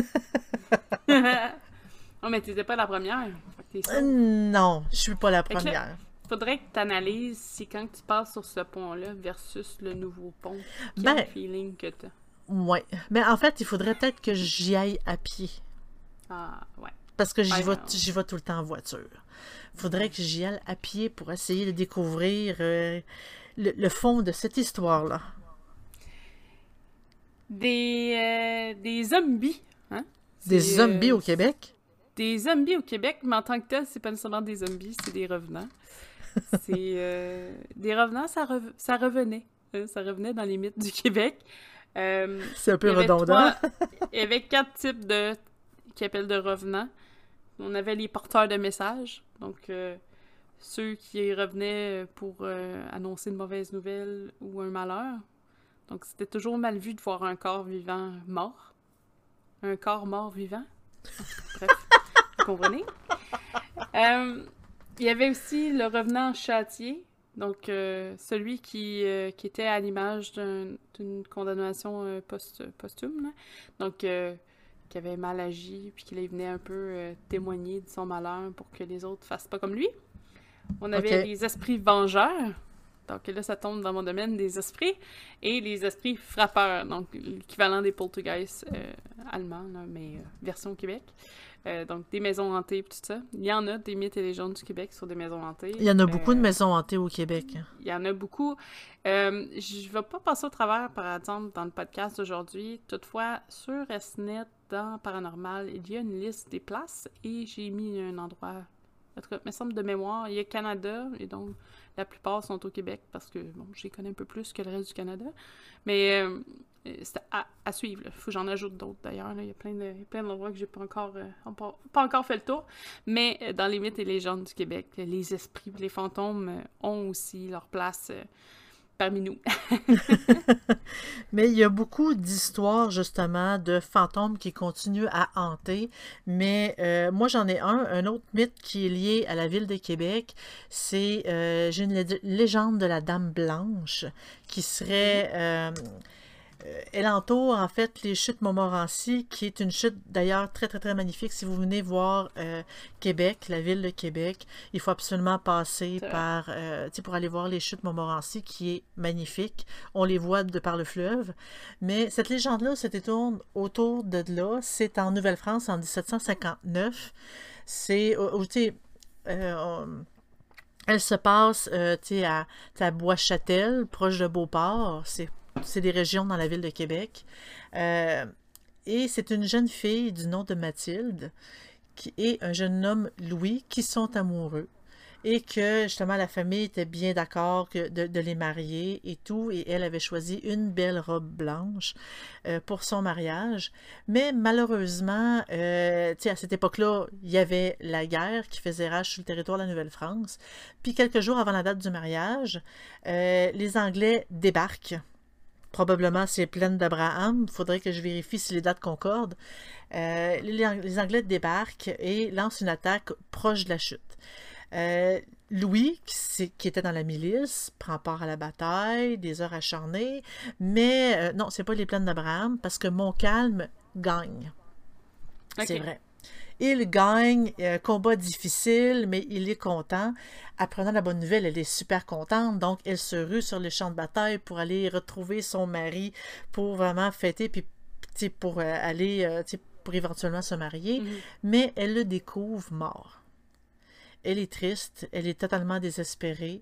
Oh, mais t'étais pas la première. Non, je suis pas la première. Il faudrait que tu analyses si quand tu passes sur ce pont-là versus le nouveau pont, quel feeling que tu as. Oui, mais en fait, il faudrait peut-être que j'y aille à pied. Ah, ouais. Parce que j'y vais tout le temps en voiture. Il faudrait que j'y aille à pied pour essayer de découvrir le fond de cette histoire-là. Des zombies, hein? Des zombies au Québec? Des zombies au Québec, mais en tant que tel, c'est pas nécessairement des zombies, c'est des revenants. C'est des revenants, ça revenait. Ça revenait dans les mythes du Québec. C'est un peu redondant. Il y avait 4 types qui appellent de revenants. On avait les porteurs de messages, donc ceux qui revenaient pour annoncer une mauvaise nouvelle ou un malheur. Donc c'était toujours mal vu de voir un corps vivant mort. Un corps mort vivant. Bref. Vous comprenez? Il y avait aussi le revenant châtié, donc celui qui était à l'image d'une condamnation posthume, là. Donc qui avait mal agi, puis qui venait un peu témoigner de son malheur pour que les autres fassent pas comme lui. On avait les esprits vengeurs, donc là ça tombe dans mon domaine des esprits, et les esprits frappeurs, donc l'équivalent des poltergeists allemands, là, mais version Québec. Donc, des maisons hantées et tout ça. Il y en a des mythes et légendes du Québec sur des maisons hantées. Il y en a beaucoup de maisons hantées au Québec. Il y en a beaucoup. Je vais pas passer au travers, par exemple, dans le podcast d'aujourd'hui. Toutefois, sur SNET, dans Paranormal, il y a une liste des places et j'ai mis un endroit, en tout cas, il me semble de mémoire, il y a Canada, et donc la plupart sont au Québec parce que, bon, j'y connais un peu plus que le reste du Canada. Mais c'est à suivre. Il faut que j'en ajoute d'autres d'ailleurs. Il y a plein d'endroits que j'ai pas encore fait le tour. Mais dans les mythes et légendes du Québec, les esprits, les fantômes ont aussi leur place parmi nous. Mais il y a beaucoup d'histoires, justement, de fantômes qui continuent à hanter. Mais moi, j'en ai un autre mythe qui est lié à la ville de Québec. C'est, j'ai une légende de la Dame Blanche qui serait... elle entoure, en fait, les chutes Montmorency, qui est une chute, d'ailleurs, très, très, très magnifique. Si vous venez voir Québec, la ville de Québec, il faut absolument passer par, pour aller voir les chutes Montmorency, qui est magnifique. On les voit de par le fleuve. Mais cette légende-là se détourne autour de là. C'est en Nouvelle-France, en 1759. C'est, elle se passe, à Bois-Châtel, proche de Beauport. C'est des régions dans la ville de Québec. Et c'est une jeune fille du nom de Mathilde et un jeune homme, Louis, qui sont amoureux. Et que, justement, la famille était bien d'accord de les marier et tout. Et elle avait choisi une belle robe blanche pour son mariage. Mais malheureusement, tu sais, à cette époque-là, il y avait la guerre qui faisait rage sur le territoire de la Nouvelle-France. Puis quelques jours avant la date du mariage, les Anglais débarquent. Probablement, c'est plaine d'Abraham. Il faudrait que je vérifie si les dates concordent. Les Anglais débarquent et lancent une attaque proche de la chute. Louis, qui était dans la milice, prend part à la bataille, des heures acharnées, mais non, c'est pas les plaines d'Abraham, parce que Montcalm gagne. Ok. C'est vrai. Il gagne, combat difficile, mais il est content. Apprenant la bonne nouvelle, elle est super contente, donc elle se rue sur le champ de bataille pour aller retrouver son mari, pour vraiment fêter, puis pour aller, pour éventuellement se marier, mais elle le découvre mort. Elle est triste, elle est totalement désespérée.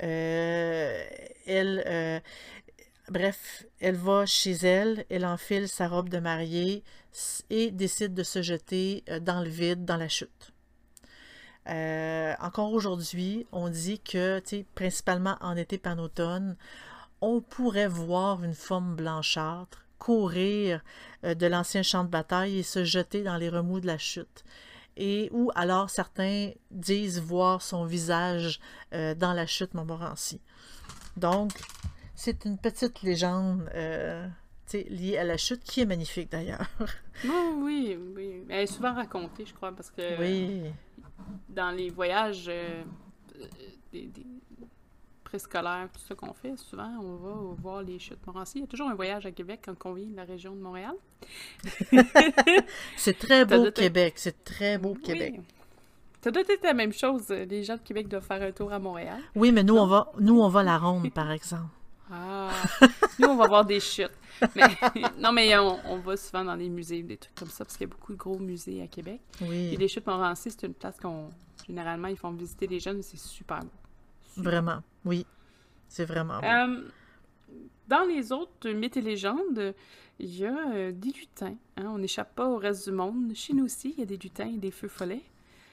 Bref, elle va chez elle, elle enfile sa robe de mariée et décide de se jeter dans le vide, dans la chute. Encore aujourd'hui, on dit que, principalement en été et en automne, on pourrait voir une forme blanchâtre courir de l'ancien champ de bataille et se jeter dans les remous de la chute. Et ou alors certains disent voir son visage dans la chute Montmorency. Donc, c'est une petite légende liée à la chute qui est magnifique d'ailleurs. Oui, oui. Elle est souvent racontée, je crois, parce que Oui. dans les voyages des préscolaires, tout ça qu'on fait, souvent, on va voir les chutes Montmorency. Il y a toujours un voyage à Québec quand on vient de la région de Montréal. C'est très beau Québec, c'est très beau Québec. Oui. Ça doit être la même chose. Les gens de Québec doivent faire un tour à Montréal. Oui, mais nous, on va la ronde, par exemple. Ah, nous, on va voir des chutes. Mais, non, mais on va souvent dans des musées, des trucs comme ça, parce qu'il y a beaucoup de gros musées à Québec. Oui. Et les chutes Montmorency, c'est une place généralement, ils font visiter les jeunes, c'est super beau. Vraiment, oui. C'est vraiment beau. Dans les autres mythes et légendes, il y a des lutins. Hein? On n'échappe pas au reste du monde. Chez nous aussi, il y a des lutins et des feux follets.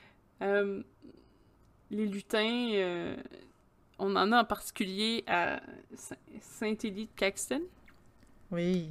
Les lutins, on en a en particulier à Saint-Élie de Caxton. Oui.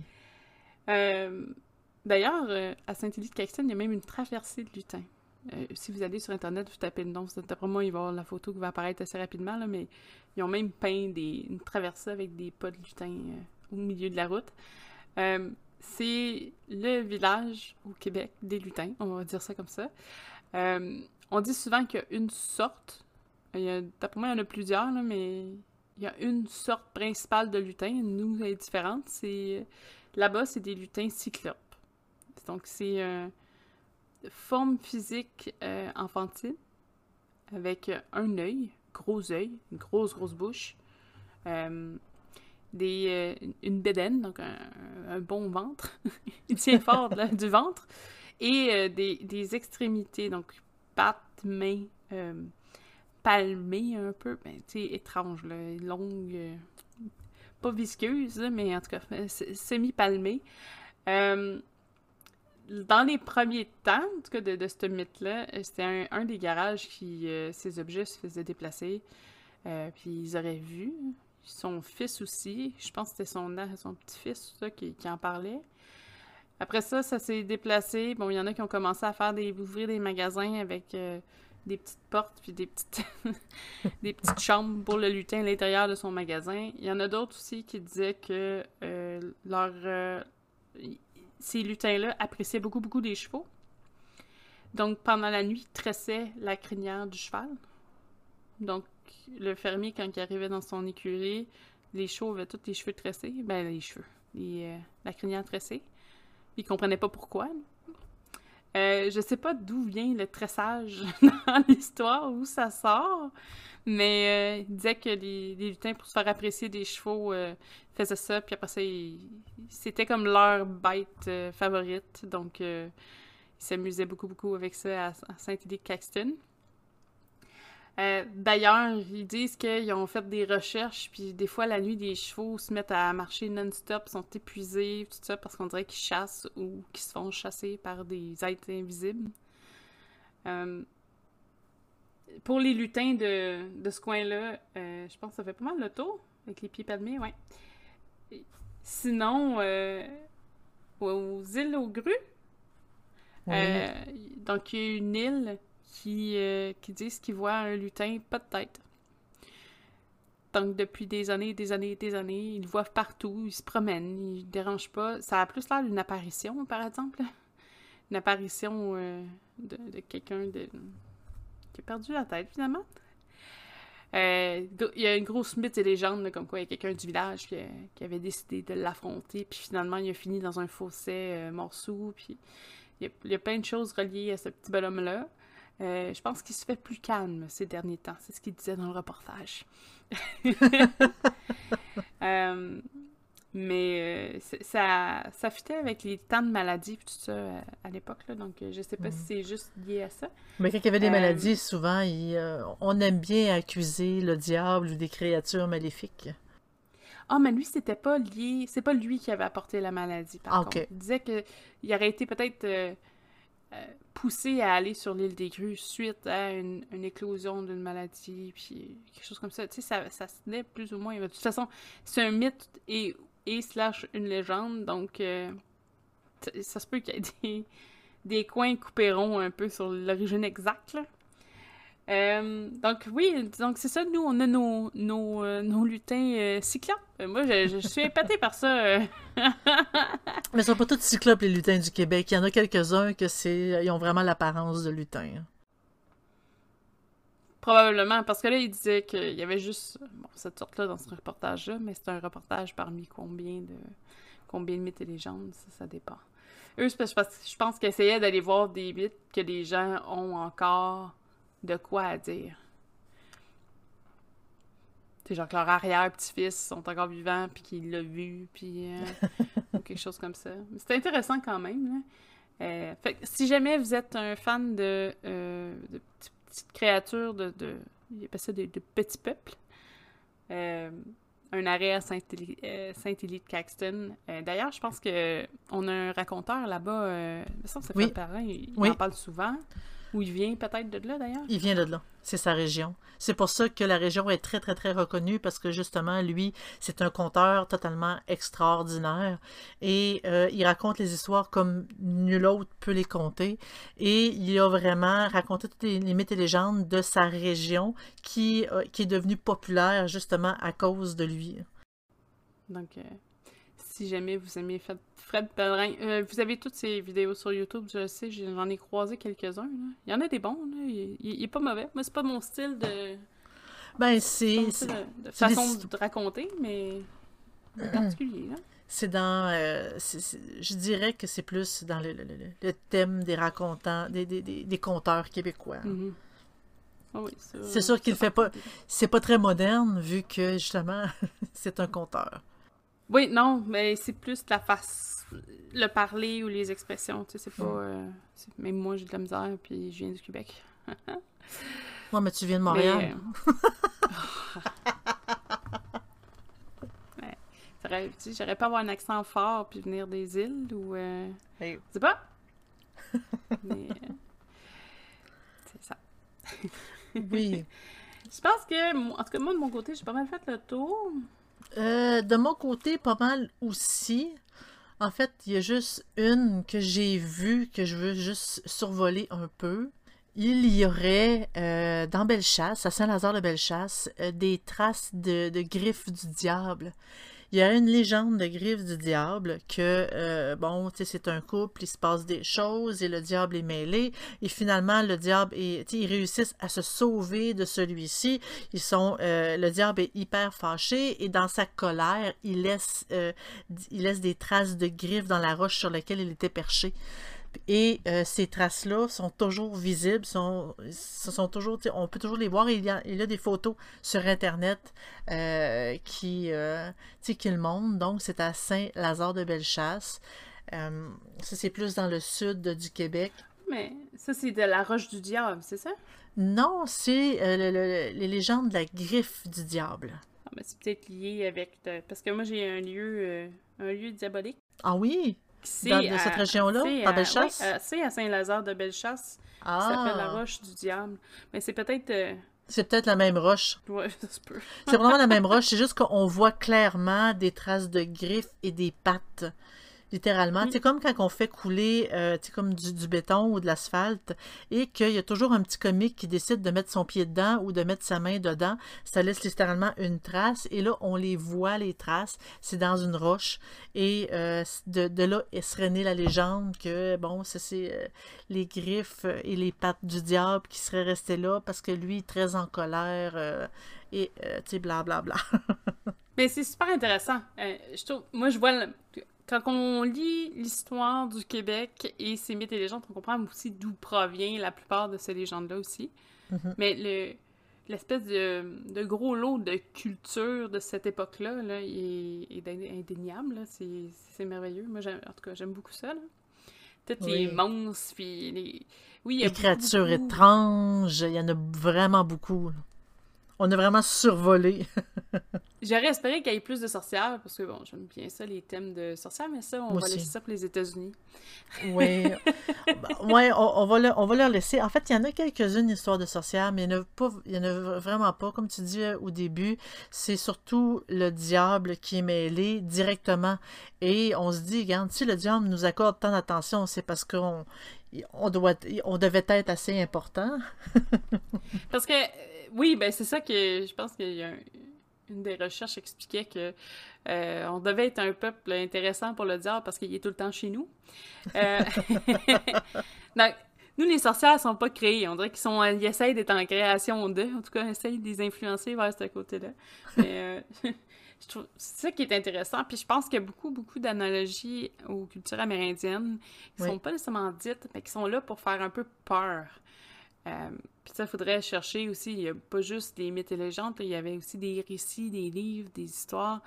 D'ailleurs, à Saint-Élie de Caxton, il y a même une traversée de lutins. Si vous allez sur Internet, vous tapez le nom, d'après moi, il va y avoir la photo qui va apparaître assez rapidement, là, mais ils ont même peint une traversée avec des pas de lutins au milieu de la route. C'est le village au Québec des lutins, on va dire ça comme ça. On dit souvent qu'il y a une sorte, d'après moi, il y en a plusieurs, là, mais il y a une sorte principale de lutin, nous, elle est différente. Là-bas, c'est des lutins cyclopes. Donc, c'est forme physique enfantine, avec un œil, gros œil, une grosse bouche, une bédaine, donc un bon ventre, il tient fort là, du ventre, et des extrémités, donc pattes, mains, palmées un peu, ben, tu sais, étranges, là, longues, pas visqueuses, mais en tout cas, semi-palmées. Dans les premiers temps, en tout cas de ce mythe-là, c'était un des garages qui, ces objets se faisaient déplacer, puis ils auraient vu. Son fils aussi, je pense que c'était son petit-fils ça, qui en parlait. Après ça, ça s'est déplacé. Bon, il y en a qui ont commencé à ouvrir des magasins avec des petites portes puis des petites chambres pour le lutin à l'intérieur de son magasin. Il y en a d'autres aussi qui disaient que ces lutins-là appréciaient beaucoup les chevaux. Donc, pendant la nuit, ils tressaient la crinière du cheval. Donc, le fermier, quand il arrivait dans son écurie, les chevaux avaient tous les cheveux tressés. Ben, la crinière tressée. Il comprenait pas pourquoi. Je sais pas d'où vient le tressage dans l'histoire, où ça sort, mais il disait que les lutins, pour se faire apprécier des chevaux, faisaient ça, puis après ça, c'était comme leur bête favorite, donc ils s'amusaient beaucoup avec ça à Saint-Élie de Caxton. D'ailleurs, ils disent qu'ils ont fait des recherches, puis des fois, la nuit, des chevaux se mettent à marcher non-stop, sont épuisés, tout ça, parce qu'on dirait qu'ils chassent ou qu'ils se font chasser par des êtres invisibles. Euh, pour les lutins de ce coin-là, je pense que ça fait pas mal le tour, avec les pieds palmés, ouais. Sinon, aux îles aux grues, Oui. donc il y a une île qui disent qu'ils voient un lutin pas de tête. Donc depuis des années, des années, des années, ils le voient partout, ils se promènent, ils ne dérangent pas. Ça a plus l'air d'une apparition, par exemple. Une apparition de quelqu'un qui a perdu la tête, finalement. Il y a une grosse mythe et légende, là, comme quoi il y a quelqu'un du village qui avait décidé de l'affronter, puis finalement il a fini dans un fossé morceau, puis il y a plein de choses reliées à ce petit bonhomme-là. Je pense qu'il se fait plus calme ces derniers temps, c'est ce qu'il disait dans le reportage. Mais ça fitait avec les temps de maladie et tout ça à l'époque, là, donc je sais pas si c'est juste lié à ça. Mais quand il y avait des maladies, souvent, on aime bien accuser le diable ou des créatures maléfiques. Ah, mais lui, c'était pas lié. C'est pas lui qui avait apporté la maladie, par contre. OK. Il disait qu'il aurait été peut-être poussé à aller sur l'île des Grues suite à une éclosion d'une maladie, puis quelque chose comme ça. Tu sais, ça se tenait plus ou moins. De toute façon, c'est un mythe et slash une légende, donc ça se peut qu'il y ait des coins coupés ronds un peu sur l'origine exacte, là. Donc oui, donc c'est ça, nous on a nos lutins cyclopes. Moi je suis épatée par ça. Mais ils sont pas tous cyclopes, les lutins du Québec. Il y en a quelques-uns ils ont vraiment l'apparence de lutins. Hein. Probablement, parce que là il disait qu'il y avait juste cette sorte-là dans ce reportage-là, mais c'est un reportage parmi combien de mythes et légendes, ça dépend. Eux, c'est parce que je pense qu'ils essayaient d'aller voir des mythes que les gens ont encore de quoi à dire. C'est genre que leur arrière-petit-fils sont encore vivants, puis qu'il l'a vu, puis ou quelque chose comme ça. C'est intéressant quand même, là. Fait que si jamais vous êtes un fan de petites créatures, il appelle ça de petits peuples, un arrêt à Saint-Élie-de-Caxton. D'ailleurs, je pense qu'on a un raconteur là-bas, ça fait Oui. Perrin, il Oui. en parle souvent. Ou il vient peut-être de là, d'ailleurs? Il vient de là. C'est sa région. C'est pour ça que la région est très, très, très reconnue parce que justement, lui, c'est un conteur totalement extraordinaire et il raconte les histoires comme nul autre peut les conter et il a vraiment raconté toutes les mythes et légendes de sa région qui est devenue populaire justement à cause de lui. Donc, si jamais vous aimez Fred Pellerin, vous avez toutes ces vidéos sur YouTube, je le sais, j'en ai croisé quelques-uns. Là. Il y en a des bons, là. Il est pas mauvais. Moi, c'est pas mon style de... Ben, de façon de raconter, mais particulier, là. C'est dans... je dirais que c'est plus dans le thème des racontants, des conteurs québécois. Mm-hmm. Oh oui, c'est sûr qu'il fait pas... C'est pas très moderne, vu que, justement, c'est un conteur. Oui, non, mais c'est plus la face, le parler ou les expressions, tu sais, c'est pas... même moi, j'ai de la misère, puis je viens du Québec. Ouais, mais tu viens de Montréal. Mais... j'aurais pas avoir un accent fort, puis venir des îles, ou... Hey. Je sais pas. Mais... c'est ça. Oui. Je pense que, en tout cas, moi, de mon côté, j'ai pas mal fait le tour. De mon côté, pas mal aussi. En fait, il y a juste une que j'ai vue que je veux juste survoler un peu. Il y aurait dans Bellechasse, à Saint-Lazare-de-Bellechasse, des traces de griffes du diable. Il y a une légende de griffes du diable que, bon, tu sais, c'est un couple, il se passe des choses et le diable est mêlé. Et finalement, le diable ils réussissent à se sauver de celui-ci. Le diable est hyper fâché et dans sa colère, il laisse des traces de griffes dans la roche sur laquelle il était perché. Et ces traces-là sont toujours visibles, sont toujours, on peut toujours les voir. Il y a des photos sur Internet qui le montrent. Donc, c'est à Saint-Lazare-de-Bellechasse. Ça, c'est plus dans le sud du Québec. Mais ça, c'est de la roche du diable, c'est ça? Non, c'est les légendes de la griffe du diable. Ah, ben, c'est peut-être lié avec... Parce que moi, j'ai un lieu diabolique. Ah oui? C'est De cette région-là? Dans ouais, Bellechasse? c'est à Saint-Lazare de Bellechasse, qui s'appelle la Ah! Roche du Diable. Mais c'est peut-être... C'est peut-être la même roche. ouais, ça se peut. C'est vraiment la même roche, c'est juste qu'on voit clairement des traces de griffes et des pattes. Littéralement. Mm. C'est comme quand on fait couler comme du béton ou de l'asphalte et qu'il y a toujours un petit comique qui décide de mettre son pied dedans ou de mettre sa main dedans. Ça laisse littéralement une trace et là, on les voit, les traces. C'est dans une roche et de là serait née la légende que, bon, c'est les griffes et les pattes du diable qui seraient restées là parce que lui, très en colère et, tu sais, blablabla. Mais c'est super intéressant. Je trouve... Moi, je vois... Quand on lit l'histoire du Québec et ses mythes et légendes, on comprend aussi d'où provient la plupart de ces légendes-là aussi. Mais l'espèce de gros lot de culture de cette époque-là, là, est indéniable. Là. C'est merveilleux. Moi, en tout cas, j'aime beaucoup ça. Là. Tous les Oui. monstres, puis les... Oui, il y a Les créatures beaucoup... étranges, il y en a vraiment beaucoup. Là. On a vraiment survolé. J'aurais espéré qu'il y ait plus de sorcières, parce que, bon, j'aime bien ça, les thèmes de sorcières, mais ça, on Moi va laisser aussi. ça pour les États-Unis. Oui. Ouais, on va leur laisser. En fait, il y en a quelques-unes histoires de sorcières, mais il y en a vraiment pas. Comme tu dis au début, c'est surtout le diable qui est mêlé directement. Et on se dit, regarde, si le diable nous accorde tant d'attention, c'est parce on devait être assez important. Parce que, oui, ben c'est ça que je pense qu'il y a une des recherches expliquait que on devait être un peuple intéressant pour le diable parce qu'il est tout le temps chez nous. Euh, Donc, nous, les sorcières sont pas créées. On dirait ils essayent d'être en création d'eux. En tout cas, ils essayent de les influencer vers ce côté-là. Mais je trouve c'est ça qui est intéressant. Puis je pense qu'il y a beaucoup, beaucoup d'analogies aux cultures amérindiennes qui Oui. sont pas nécessairement dites, mais qui sont là pour faire un peu peur. Puis ça, il faudrait chercher aussi, il n'y a pas juste des mythes et légendes, il y avait aussi des récits, des livres, des histoires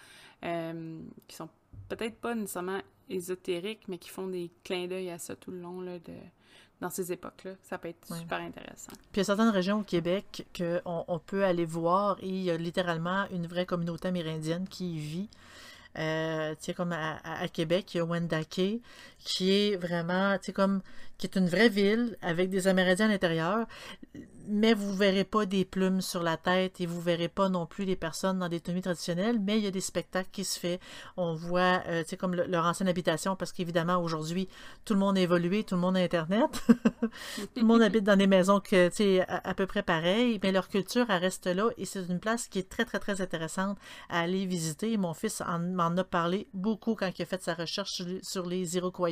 qui sont peut-être pas nécessairement ésotériques, mais qui font des clins d'œil à ça tout le long là, dans ces époques-là. Ça peut être Oui. super intéressant. Puis il y a certaines régions au Québec qu'on peut aller voir et il y a littéralement une vraie communauté amérindienne qui y vit. Tu sais, comme à Québec, il y a Wendake, qui est vraiment, tu sais, qui est une vraie ville avec des Amérindiens à l'intérieur, mais vous verrez pas des plumes sur la tête et vous verrez pas non plus les personnes dans des tenues traditionnelles, mais il y a des spectacles qui se fait. On voit, tu sais, comme leur ancienne habitation, parce qu'évidemment, aujourd'hui, tout le monde a évolué, tout le monde a Internet. Tout le monde habite dans des maisons que, tu sais, à peu près pareilles, mais leur culture, elle reste là et c'est une place qui est très, très, très intéressante à aller visiter. Mon fils m'en a parlé beaucoup quand il a fait sa recherche sur les Iroquois.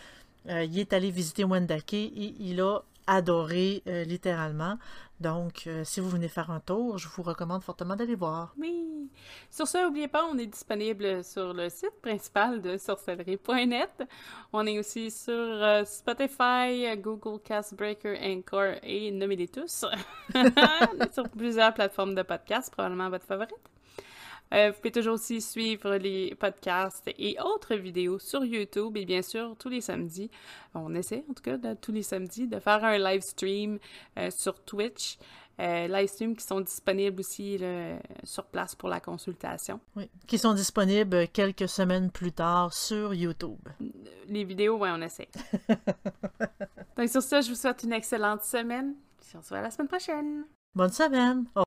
Il est allé visiter Wendake et il a adoré littéralement. Donc, si vous venez faire un tour, je vous recommande fortement d'aller voir. Oui! Sur ce, n'oubliez pas, on est disponible sur le site principal de sorcellerie.net. On est aussi sur Spotify, Google Castbreaker, Anchor et nommez-les tous. On est sur plusieurs plateformes de podcasts, probablement votre favorite. Vous pouvez toujours aussi suivre les podcasts et autres vidéos sur YouTube et bien sûr tous les samedis. On essaie en tout cas tous les samedis de faire un live stream sur Twitch. Live streams qui sont disponibles aussi là, sur place pour la consultation. Oui, qui sont disponibles quelques semaines plus tard sur YouTube. Les vidéos, ouais, on essaie. Donc sur ça, je vous souhaite une excellente semaine. Puis on se voit la semaine prochaine. Bonne semaine!